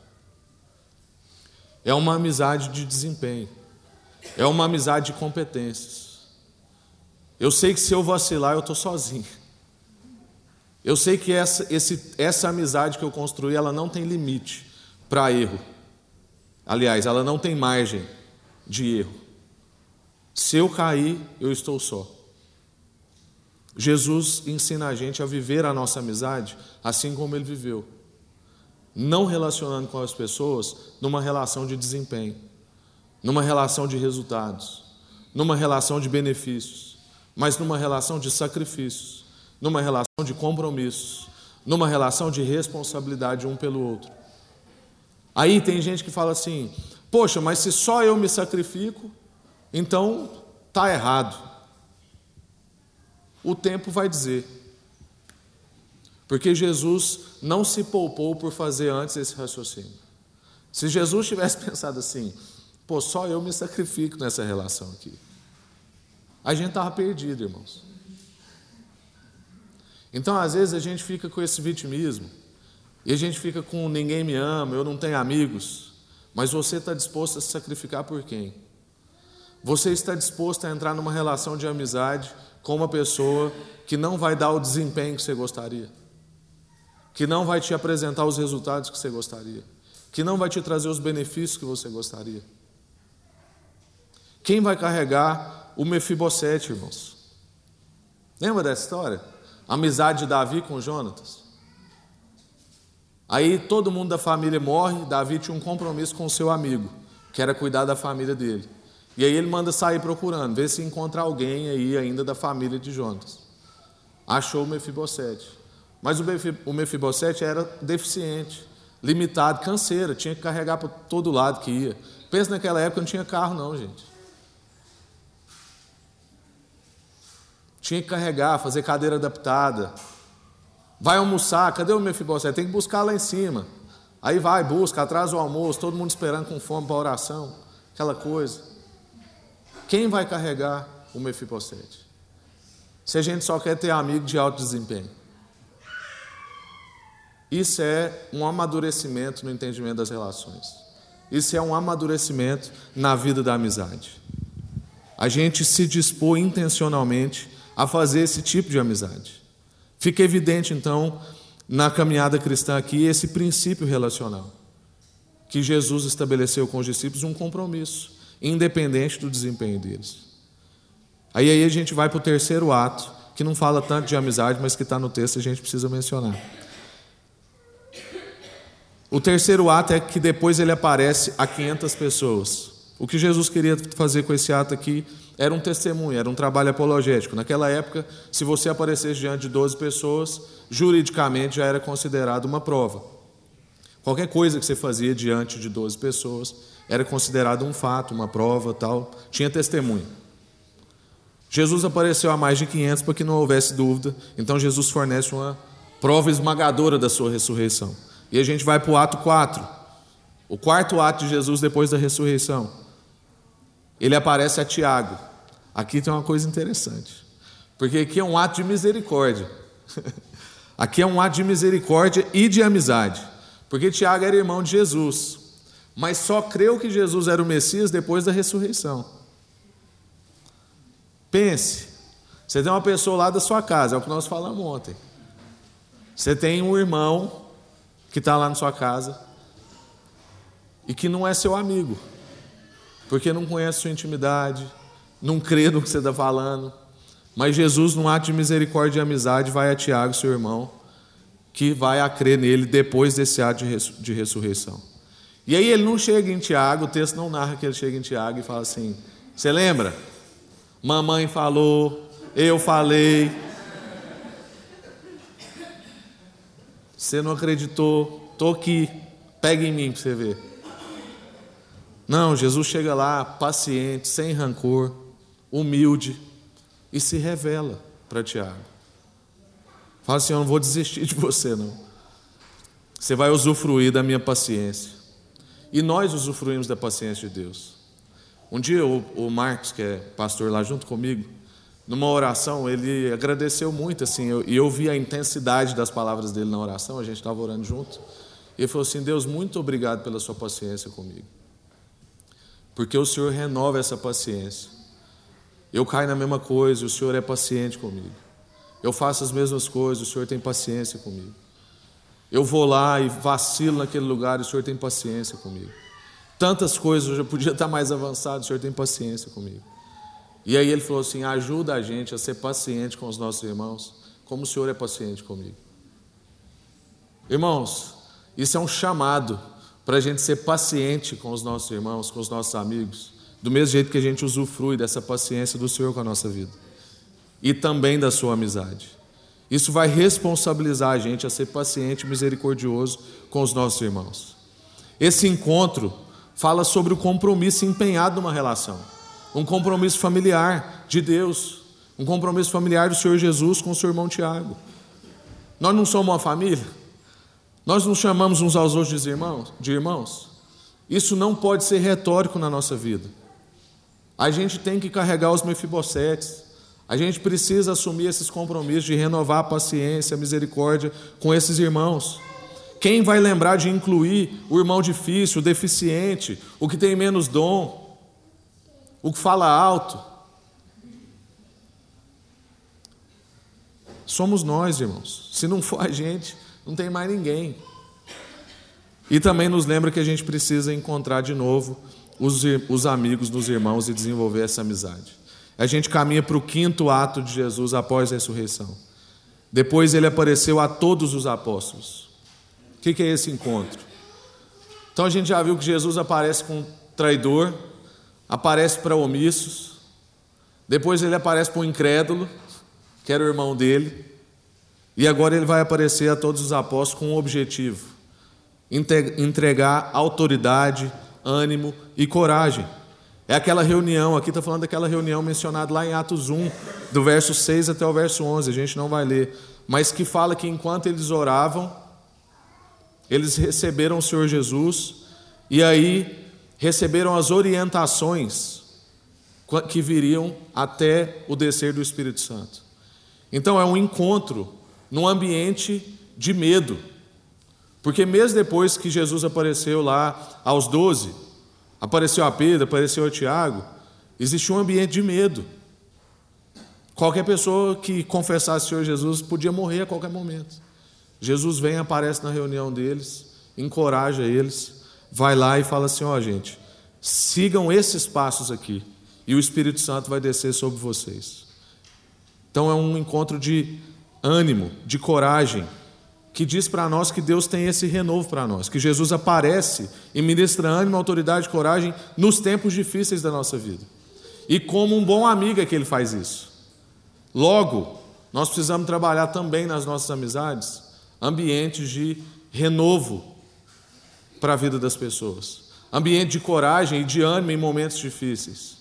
É uma amizade de desempenho. É uma amizade de competências. Eu sei que se eu vacilar, eu estou sozinho. Eu sei que essa amizade que eu construí, ela não tem limite para erro. Aliás, ela não tem margem de erro. Se eu cair, eu estou só. Jesus ensina a gente a viver a nossa amizade assim como Ele viveu. Não relacionando com as pessoas numa relação de desempenho, numa relação de resultados, numa relação de benefícios, mas numa relação de sacrifícios, numa relação de compromissos, numa relação de responsabilidade um pelo outro. Aí tem gente que fala assim: poxa, mas se só eu me sacrifico, então está errado. O tempo vai dizer. Porque Jesus não se poupou por fazer antes esse raciocínio. Se Jesus tivesse pensado assim: pô, só eu me sacrifico nessa relação aqui, a gente estava perdido, irmãos. Então, às vezes, a gente fica com esse vitimismo, e a gente fica com ninguém me ama, eu não tenho amigos. Mas você está disposto a se sacrificar por quem? Você está disposto a entrar numa relação de amizade com uma pessoa que não vai dar o desempenho que você gostaria, que não vai te apresentar os resultados que você gostaria, que não vai te trazer os benefícios que você gostaria? Quem vai carregar o Mefibosete, irmãos? Lembra dessa história? A amizade de Davi com Jonatas. Aí todo mundo da família morre, Davi tinha um compromisso com o seu amigo, que era cuidar da família dele. E aí ele manda sair procurando, ver se encontra alguém aí ainda da família de Jonatas. Achou o Mefibosete. Mas o Mefibosete era deficiente, limitado, canseira, tinha que carregar para todo lado que ia. Pensa, naquela época não tinha carro não, gente. Tinha que carregar, fazer cadeira adaptada. Vai almoçar, cadê o Mefibosete? Tem que buscar lá em cima. Aí vai, busca, atrasa o almoço, todo mundo esperando com fome para a oração, aquela coisa. Quem vai carregar o Mefibosete? Se a gente só quer ter amigo de alto desempenho. Isso é um amadurecimento no entendimento das relações. Isso é um amadurecimento na vida da amizade. A gente se dispor intencionalmente a fazer esse tipo de amizade. Fica evidente, então, na caminhada cristã aqui, esse princípio relacional, que Jesus estabeleceu com os discípulos um compromisso, independente do desempenho deles. Aí a gente vai para o terceiro ato, que não fala tanto de amizade, mas que está no texto e a gente precisa mencionar. O terceiro ato é que depois ele aparece a 500 pessoas. O que Jesus queria fazer com esse ato aqui era um testemunho, era um trabalho apologético. Naquela época, se você aparecesse diante de 12 pessoas, juridicamente já era considerado uma prova. Qualquer coisa que você fazia diante de 12 pessoas era considerado um fato, uma prova, tal. Tinha testemunho. Jesus apareceu a mais de 500 para que não houvesse dúvida. Então Jesus fornece uma prova esmagadora da sua ressurreição. E a gente vai para o ato 4. O quarto ato de Jesus depois da ressurreição. Ele aparece a Tiago. Aqui tem uma coisa interessante, porque aqui é um ato de misericórdia. Aqui é um ato de misericórdia e de amizade, porque Tiago era irmão de Jesus, mas só creu que Jesus era o Messias depois da ressurreição. Pense, você tem uma pessoa lá da sua casa, é o que nós falamos ontem. Você tem um irmão que está lá na sua casa e que não é seu amigo, porque não conhece sua intimidade, não crê no que você está falando. Mas Jesus, num ato de misericórdia e amizade, vai a Tiago, seu irmão, que vai a crer nele depois desse ato de ressurreição. E aí ele não chega em Tiago, o texto não narra que ele chega em Tiago e fala assim: você lembra? Mamãe falou, eu falei, você não acreditou, estou aqui, pega em mim para você ver. Não, Jesus chega lá paciente, sem rancor, humilde, e se revela para Tiago. Fala assim: eu não vou desistir de você, não. Você vai usufruir da minha paciência. E nós usufruímos da paciência de Deus. Um dia o Marcos, que é pastor lá junto comigo, numa oração, ele agradeceu muito, assim, e eu vi a intensidade das palavras dele na oração, a gente estava orando junto, e ele falou assim: Deus, muito obrigado pela sua paciência comigo, porque o Senhor renova essa paciência. Eu caio na mesma coisa, o Senhor é paciente comigo. Eu faço as mesmas coisas, o Senhor tem paciência comigo. Eu vou lá e vacilo naquele lugar, o Senhor tem paciência comigo. Tantas coisas, eu já podia estar mais avançado, o Senhor tem paciência comigo. E aí ele falou assim: ajuda a gente a ser paciente com os nossos irmãos, como o Senhor é paciente comigo. Irmãos, isso é um chamado para a gente ser paciente com os nossos irmãos, com os nossos amigos, do mesmo jeito que a gente usufrui dessa paciência do Senhor com a nossa vida, e também da sua amizade. Isso vai responsabilizar a gente a ser paciente e misericordioso com os nossos irmãos. Esse encontro fala sobre o compromisso empenhado numa relação, um compromisso familiar de Deus, um compromisso familiar do Senhor Jesus com o seu irmão Tiago. Nós não somos uma família? Nós nos chamamos uns aos outros de irmãos? Isso não pode ser retórico na nossa vida. A gente tem que carregar os mefibosetes. A gente precisa assumir esses compromissos de renovar a paciência, a misericórdia com esses irmãos. Quem vai lembrar de incluir o irmão difícil, o deficiente, o que tem menos dom, o que fala alto? Somos nós, irmãos. Se não for a gente, não tem mais ninguém. E também nos lembra que a gente precisa encontrar de novo os amigos dos irmãos e desenvolver essa amizade. A gente caminha para o 5º ato de Jesus após a ressurreição. Depois ele apareceu a todos os apóstolos. O que é esse encontro? Então a gente já viu que Jesus aparece com um traidor, aparece para omissos, depois ele aparece para um incrédulo, que era o irmão dele, e agora ele vai aparecer a todos os apóstolos com um objetivo: entregar autoridade, ânimo e coragem. É aquela reunião, aqui está falando daquela reunião mencionada lá em Atos 1, do verso 6 até o verso 11, a gente não vai ler, mas que fala que enquanto eles oravam, eles receberam o Senhor Jesus, e aí receberam as orientações que viriam até o descer do Espírito Santo. Então é um encontro num ambiente de medo, porque mesmo depois que Jesus apareceu lá aos 12, apareceu a Pedro, apareceu a Tiago, existia um ambiente de medo. Qualquer pessoa que confessasse o Senhor Jesus podia morrer a qualquer momento. Jesus vem, aparece na reunião deles, encoraja eles, vai lá e fala assim: ó, gente, sigam esses passos aqui, e o Espírito Santo vai descer sobre vocês. Então é um encontro de ânimo, de coragem, que diz para nós que Deus tem esse renovo para nós, que Jesus aparece e ministra ânimo, autoridade e coragem nos tempos difíceis da nossa vida. E como um bom amigo é que ele faz isso. Logo, nós precisamos trabalhar também nas nossas amizades ambientes de renovo para a vida das pessoas, ambiente de coragem e de ânimo em momentos difíceis.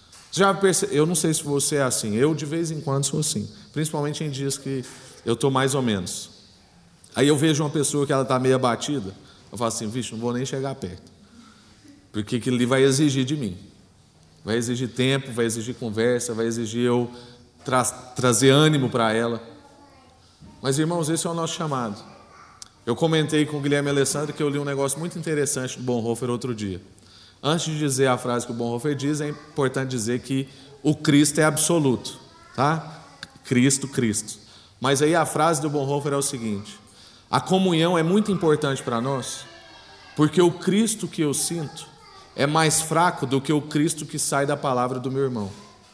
Eu não sei se você é assim, eu de vez em quando sou assim, principalmente em dias que eu estou mais ou menos. Aí eu vejo uma pessoa que ela está meio abatida, eu falo assim: vixe, não vou nem chegar perto, porque aquilo ali vai exigir de mim, vai exigir tempo, vai exigir conversa, vai exigir eu trazer ânimo para ela. Mas, irmãos, esse é o nosso chamado. Eu comentei com o Guilherme e Alessandro que eu li um negócio muito interessante do Bonhoeffer outro dia. Antes de dizer a frase que o Bonhoeffer diz, é importante dizer que o Cristo é absoluto, tá? Cristo. Mas aí a frase do Bonhoeffer é o seguinte: a comunhão é muito importante para nós, porque o Cristo que eu sinto é mais fraco do que o Cristo que sai da palavra do meu irmão.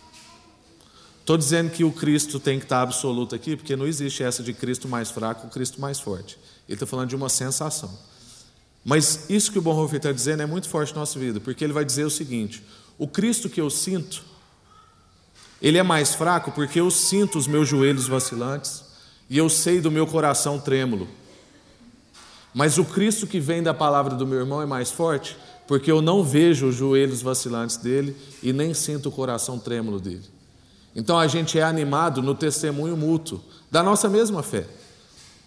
Estou dizendo que o Cristo tem que estar absoluto aqui, porque não existe essa de Cristo mais fraco, Cristo mais forte. Ele está falando de uma sensação. Mas isso que o Bonhoeffer está dizendo é muito forte na nossa vida, porque ele vai dizer o seguinte: o Cristo que eu sinto, ele é mais fraco porque eu sinto os meus joelhos vacilantes e eu sei do meu coração trêmulo. Mas o Cristo que vem da palavra do meu irmão é mais forte porque eu não vejo os joelhos vacilantes dele e nem sinto o coração trêmulo dele. Então a gente é animado no testemunho mútuo da nossa mesma fé.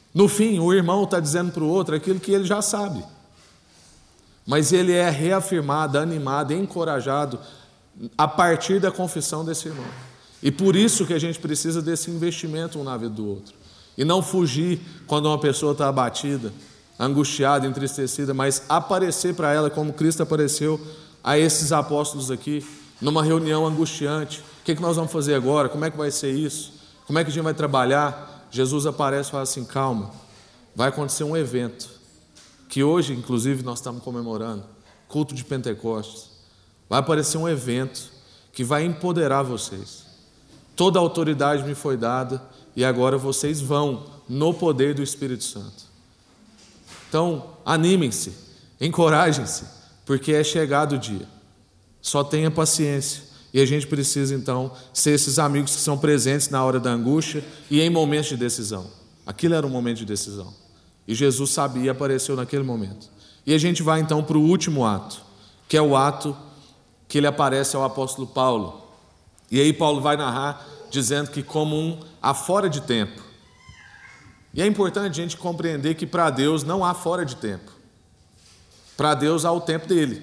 No fim, o irmão está dizendo para o outro aquilo que ele já sabe. Mas ele é reafirmado, animado, encorajado a partir da confissão desse irmão. E por isso que a gente precisa desse investimento um na vida do outro. E não fugir quando uma pessoa está abatida, angustiada, entristecida, mas aparecer para ela como Cristo apareceu a esses apóstolos aqui, numa reunião angustiante. O que nós vamos fazer agora? Como é que vai ser isso? Como é que a gente vai trabalhar? Jesus aparece e fala assim: calma, vai acontecer um evento, que hoje, inclusive, nós estamos comemorando, culto de Pentecostes. Vai aparecer um evento que vai empoderar vocês. Toda a autoridade me foi dada e agora vocês vão no poder do Espírito Santo. Então, animem-se, encorajem-se, porque é chegado o dia. Só tenha paciência. E a gente precisa, então, ser esses amigos que são presentes na hora da angústia e em momentos de decisão. Aquilo era um momento de decisão. E Jesus sabia e apareceu naquele momento. E a gente vai, então, para o último ato, que é o ato que ele aparece ao apóstolo Paulo. E aí Paulo vai narrar dizendo que como um há fora de tempo. E é importante a gente compreender que para Deus não há fora de tempo. Para Deus há o tempo dele.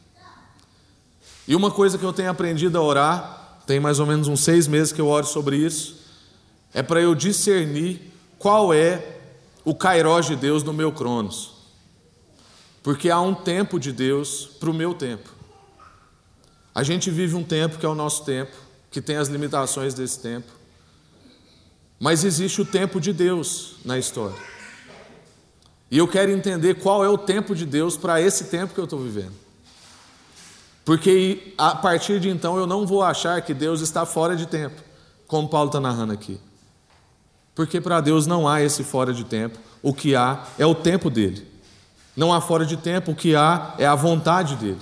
E uma coisa que eu tenho aprendido a orar, tem mais ou menos uns 6 meses que eu oro sobre isso, é para eu discernir qual é o kairós de Deus no meu cronos. Porque há um tempo de Deus para o meu tempo. A gente vive um tempo que é o nosso tempo, que tem as limitações desse tempo. Mas existe o tempo de Deus na história. E eu quero entender qual é o tempo de Deus para esse tempo que eu estou vivendo. Porque a partir de então eu não vou achar que Deus está fora de tempo, como Paulo está narrando aqui. Porque para Deus não há esse fora de tempo, o que há é o tempo dele. Não há fora de tempo, o que há é a vontade dele.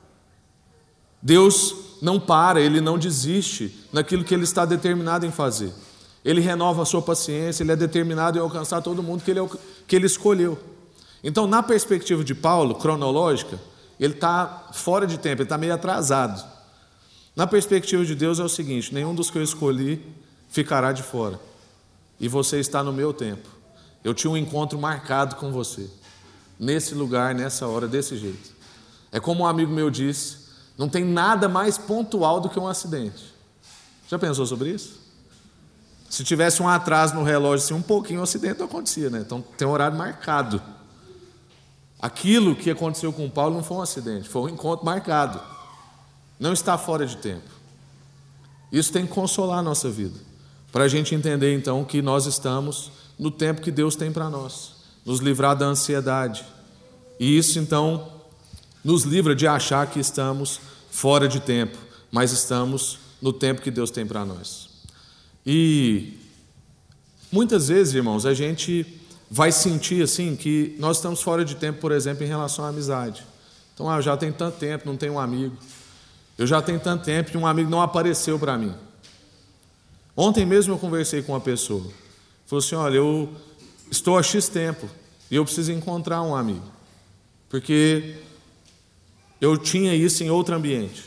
Deus não para, Ele não desiste naquilo que Ele está determinado em fazer. Ele renova a sua paciência, Ele é determinado em alcançar todo mundo que Ele escolheu. Então, na perspectiva de Paulo, cronológica, ele está fora de tempo, ele está meio atrasado. Na perspectiva de Deus é o seguinte: nenhum dos que eu escolhi ficará de fora. E você está no meu tempo. Eu tinha um encontro marcado com você, nesse lugar, nessa hora, desse jeito. É como um amigo meu disse: não tem nada mais pontual do que um acidente. Já pensou sobre isso? Se tivesse um atraso no relógio, assim, um pouquinho, o acidente não acontecia, né? Então tem um horário marcado. Aquilo que aconteceu com Paulo não foi um acidente, foi um encontro marcado. Não está fora de tempo. Isso tem que consolar a nossa vida, para a gente entender então que nós estamos no tempo que Deus tem para nós, nos livrar da ansiedade. E isso então nos livra de achar que estamos fora de tempo, mas estamos no tempo que Deus tem para nós. E muitas vezes, irmãos, a gente vai sentir assim que nós estamos fora de tempo, por exemplo, em relação à amizade. Então, eu já tenho tanto tempo, não tenho um amigo. Eu já tenho tanto tempo que um amigo não apareceu para mim. Ontem mesmo eu conversei com uma pessoa. Falou assim: olha, eu estou há X tempo e eu preciso encontrar um amigo. Porque eu tinha isso em outro ambiente.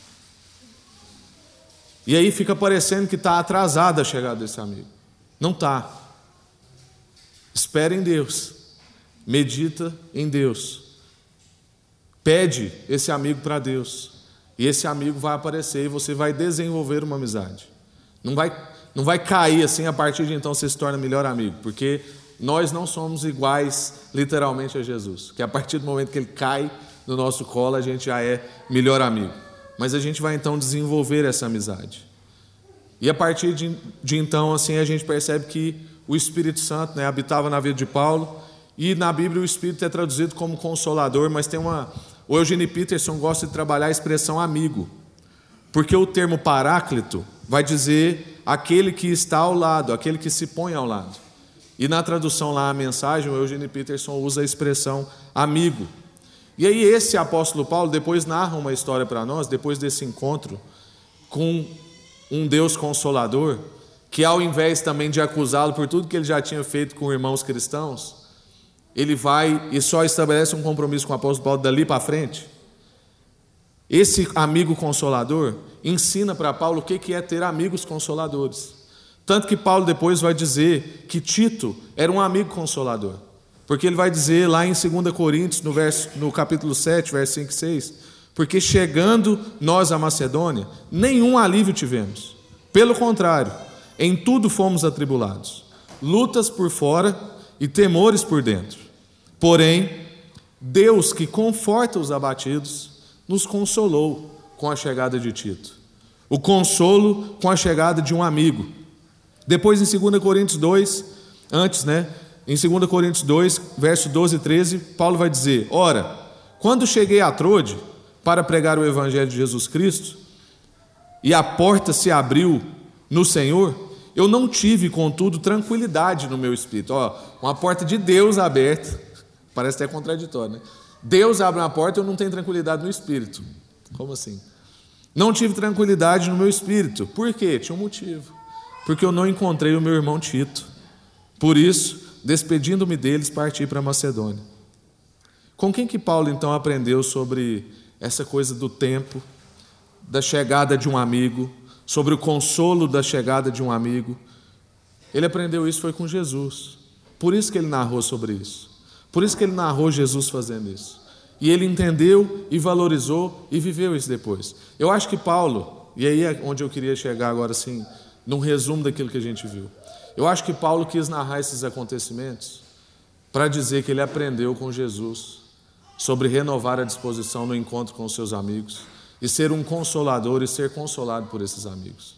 E aí fica parecendo que está atrasada a chegada desse amigo. Não está. Espera em Deus. Medita em Deus. Pede esse amigo para Deus. E esse amigo vai aparecer e você vai desenvolver uma amizade. Não vai cair assim, a partir de então você se torna melhor amigo. Porque nós não somos iguais literalmente a Jesus. Que a partir do momento que ele cai no nosso colo, a gente já é melhor amigo. Mas a gente vai então desenvolver essa amizade. E a partir de então, assim, a gente percebe que o Espírito Santo, né, habitava na vida de Paulo. E na Bíblia o Espírito é traduzido como consolador, mas o Eugene Peterson gosta de trabalhar a expressão amigo. Porque o termo paráclito vai dizer aquele que está ao lado, aquele que se põe ao lado. E na tradução lá, a mensagem, o Eugene Peterson usa a expressão amigo. E aí esse apóstolo Paulo depois narra uma história para nós, depois desse encontro com um Deus consolador, que ao invés também de acusá-lo por tudo que ele já tinha feito com irmãos cristãos, ele vai e só estabelece um compromisso com o apóstolo Paulo dali para frente. Esse amigo consolador ensina para Paulo o que é ter amigos consoladores. Tanto que Paulo depois vai dizer que Tito era um amigo consolador. Porque ele vai dizer lá em 2 Coríntios, no capítulo 7, verso 5 e 6, porque chegando nós à Macedônia, nenhum alívio tivemos. Pelo contrário, em tudo fomos atribulados, lutas por fora e temores por dentro. Porém, Deus, que conforta os abatidos, nos consolou com a chegada de Tito. O consolo com a chegada de um amigo. Depois em 2 Coríntios 2, em 2 Coríntios 2, verso 12 e 13, Paulo vai dizer: ora, quando cheguei a Trode para pregar o evangelho de Jesus Cristo, e a porta se abriu no Senhor, eu não tive, contudo, tranquilidade no meu espírito. Uma porta de Deus aberta, parece até contraditório, né? Deus abre uma porta e eu não tenho tranquilidade no espírito. Como assim? Não tive tranquilidade no meu espírito. Por quê? Tinha um motivo. Porque eu não encontrei o meu irmão Tito. Por isso, despedindo-me deles, parti para a Macedônia. Com quem que Paulo então aprendeu sobre essa coisa do tempo, da chegada de um amigo, sobre o consolo da chegada de um amigo? Ele aprendeu isso foi com Jesus. Por isso que ele narrou sobre isso. Por isso que ele narrou Jesus fazendo isso. E ele entendeu e valorizou e viveu isso depois. Eu acho que Paulo, e aí é onde eu queria chegar agora assim, num resumo daquilo que a gente viu. Eu acho que Paulo quis narrar esses acontecimentos para dizer que ele aprendeu com Jesus sobre renovar a disposição no encontro com os seus amigos e ser um consolador e ser consolado por esses amigos.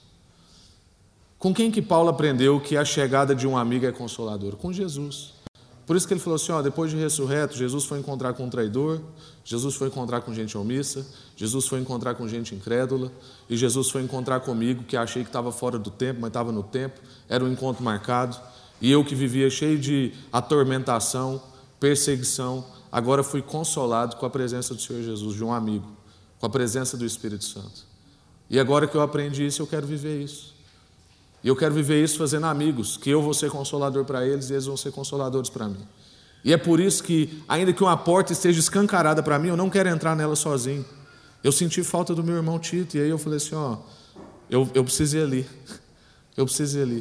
Com quem que Paulo aprendeu que a chegada de um amigo é consoladora? Com Jesus. Por isso que ele falou assim, depois de ressurreto, Jesus foi encontrar com um traidor, Jesus foi encontrar com gente omissa, Jesus foi encontrar com gente incrédula, e Jesus foi encontrar comigo, que achei que estava fora do tempo, mas estava no tempo, era um encontro marcado, e eu que vivia cheio de atormentação, perseguição, agora fui consolado com a presença do Senhor Jesus, de um amigo, com a presença do Espírito Santo. E agora que eu aprendi isso, eu quero viver isso. E eu quero viver isso fazendo amigos, que eu vou ser consolador para eles e eles vão ser consoladores para mim. E é por isso que, ainda que uma porta esteja escancarada para mim, eu não quero entrar nela sozinho. Eu senti falta do meu irmão Tito, e aí eu falei assim, eu preciso ir ali. Eu preciso ir ali.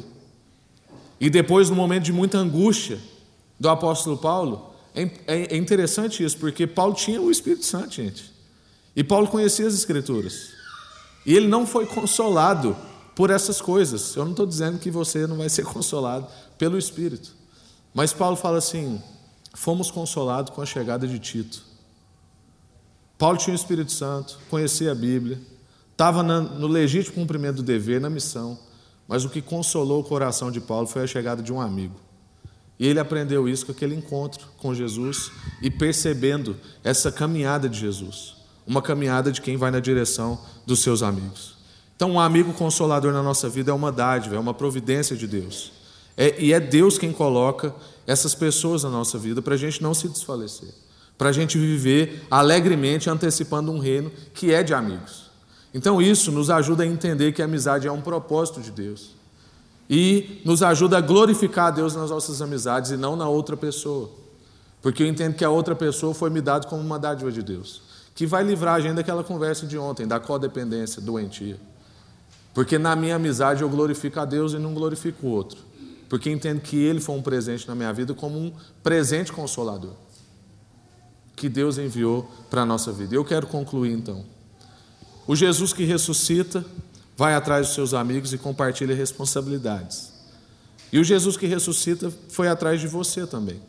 E depois, no momento de muita angústia do apóstolo Paulo, é interessante isso, porque Paulo tinha o Espírito Santo, gente. E Paulo conhecia as Escrituras. E ele não foi consolado por essas coisas. Eu não estou dizendo que você não vai ser consolado pelo Espírito. Mas Paulo fala assim, fomos consolados com a chegada de Tito. Paulo tinha o Espírito Santo, conhecia a Bíblia, estava no legítimo cumprimento do dever, na missão, mas o que consolou o coração de Paulo foi a chegada de um amigo. E ele aprendeu isso com aquele encontro com Jesus e percebendo essa caminhada de Jesus, uma caminhada de quem vai na direção dos seus amigos. Então, um amigo consolador na nossa vida é uma dádiva, é uma providência de Deus. E é Deus quem coloca essas pessoas na nossa vida para a gente não se desfalecer, para a gente viver alegremente antecipando um reino que é de amigos. Então, isso nos ajuda a entender que a amizade é um propósito de Deus e nos ajuda a glorificar a Deus nas nossas amizades e não na outra pessoa, porque eu entendo que a outra pessoa foi me dada como uma dádiva de Deus, que vai livrar a gente daquela conversa de ontem, da codependência doentia. Porque na minha amizade eu glorifico a Deus e não glorifico o outro. Porque entendo que Ele foi um presente na minha vida como um presente consolador que Deus enviou para a nossa vida. Eu quero concluir então. O Jesus que ressuscita vai atrás dos seus amigos e compartilha responsabilidades. E o Jesus que ressuscita foi atrás de você também.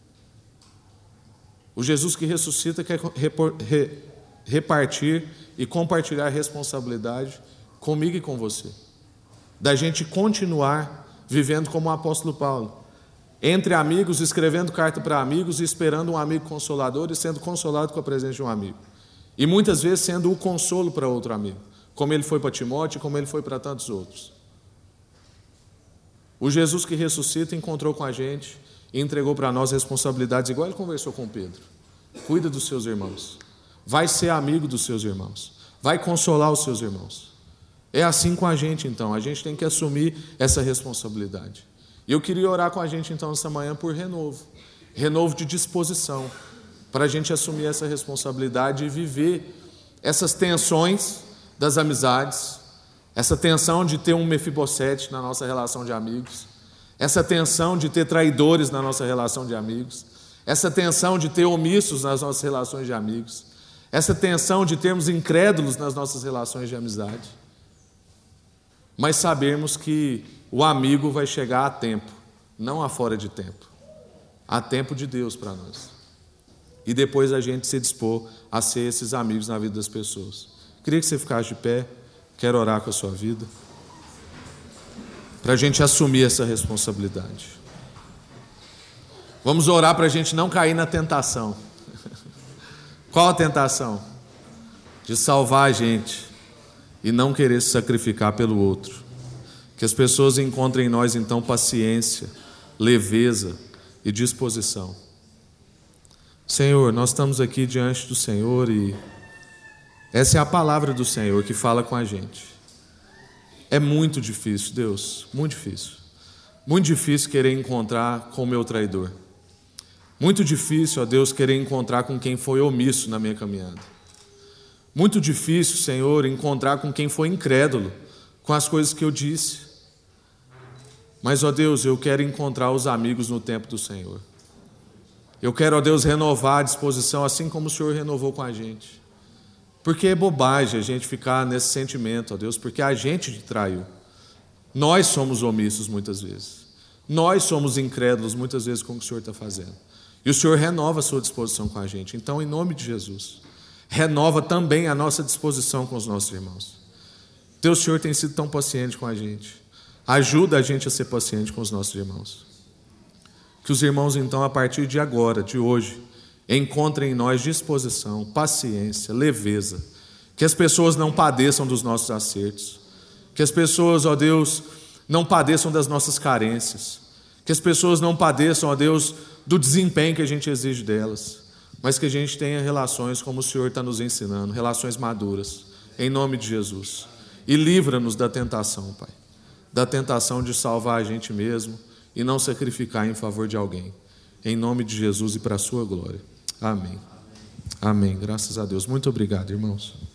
O Jesus que ressuscita quer repartir e compartilhar a responsabilidade comigo e com você, da gente continuar vivendo como o apóstolo Paulo, entre amigos, escrevendo carta para amigos e esperando um amigo consolador e sendo consolado com a presença de um amigo, e muitas vezes sendo o consolo para outro amigo, como ele foi para Timóteo e como ele foi para tantos outros. O Jesus que ressuscita encontrou com a gente e entregou para nós responsabilidades, igual ele conversou com Pedro. Cuida dos seus irmãos, vai ser amigo dos seus irmãos, vai consolar os seus irmãos. É assim com a gente então, a gente tem que assumir essa responsabilidade. E eu queria orar com a gente então essa manhã por renovo de disposição, para a gente assumir essa responsabilidade e viver essas tensões das amizades, essa tensão de ter um Mefibosete na nossa relação de amigos, essa tensão de ter traidores na nossa relação de amigos, essa tensão de ter omissos nas nossas relações de amigos, essa tensão de termos incrédulos nas nossas relações de amizade. Mas sabermos que o amigo vai chegar a tempo, não a fora de tempo. Há tempo de Deus para nós. E depois a gente se dispor a ser esses amigos na vida das pessoas. Queria que você ficasse de pé, quero orar com a sua vida, para a gente assumir essa responsabilidade. Vamos orar para a gente não cair na tentação. Qual a tentação? De salvar a gente e não querer se sacrificar pelo outro. Que as pessoas encontrem em nós então paciência, leveza e disposição. Senhor, nós estamos aqui diante do Senhor e essa é a palavra do Senhor que fala com a gente. É muito difícil, Deus, muito difícil. Muito difícil querer encontrar com o meu traidor. Muito difícil, ó Deus, querer encontrar com quem foi omisso na minha caminhada. Muito difícil, Senhor, encontrar com quem foi incrédulo com as coisas que eu disse. Mas, ó Deus, eu quero encontrar os amigos no tempo do Senhor. Eu quero, ó Deus, renovar a disposição assim como o Senhor renovou com a gente. Porque é bobagem a gente ficar nesse sentimento, ó Deus, porque a gente te traiu. Nós somos omissos muitas vezes. Nós somos incrédulos muitas vezes com o que o Senhor está fazendo. E o Senhor renova a sua disposição com a gente. Então, em nome de Jesus, renova também a nossa disposição com os nossos irmãos. Teu Senhor tem sido tão paciente com a gente. Ajuda a gente a ser paciente com os nossos irmãos. Que os irmãos, então, a partir de agora, de hoje, encontrem em nós disposição, paciência, leveza. Que as pessoas não padeçam dos nossos acertos. Que as pessoas, ó Deus, não padeçam das nossas carências. Que as pessoas não padeçam, ó Deus, do desempenho que a gente exige delas. Mas que a gente tenha relações como o Senhor está nos ensinando, relações maduras, em nome de Jesus. E livra-nos da tentação, Pai. Da tentação de salvar a gente mesmo e não sacrificar em favor de alguém. Em nome de Jesus e para a sua glória. Amém. Amém. Graças a Deus. Muito obrigado, irmãos.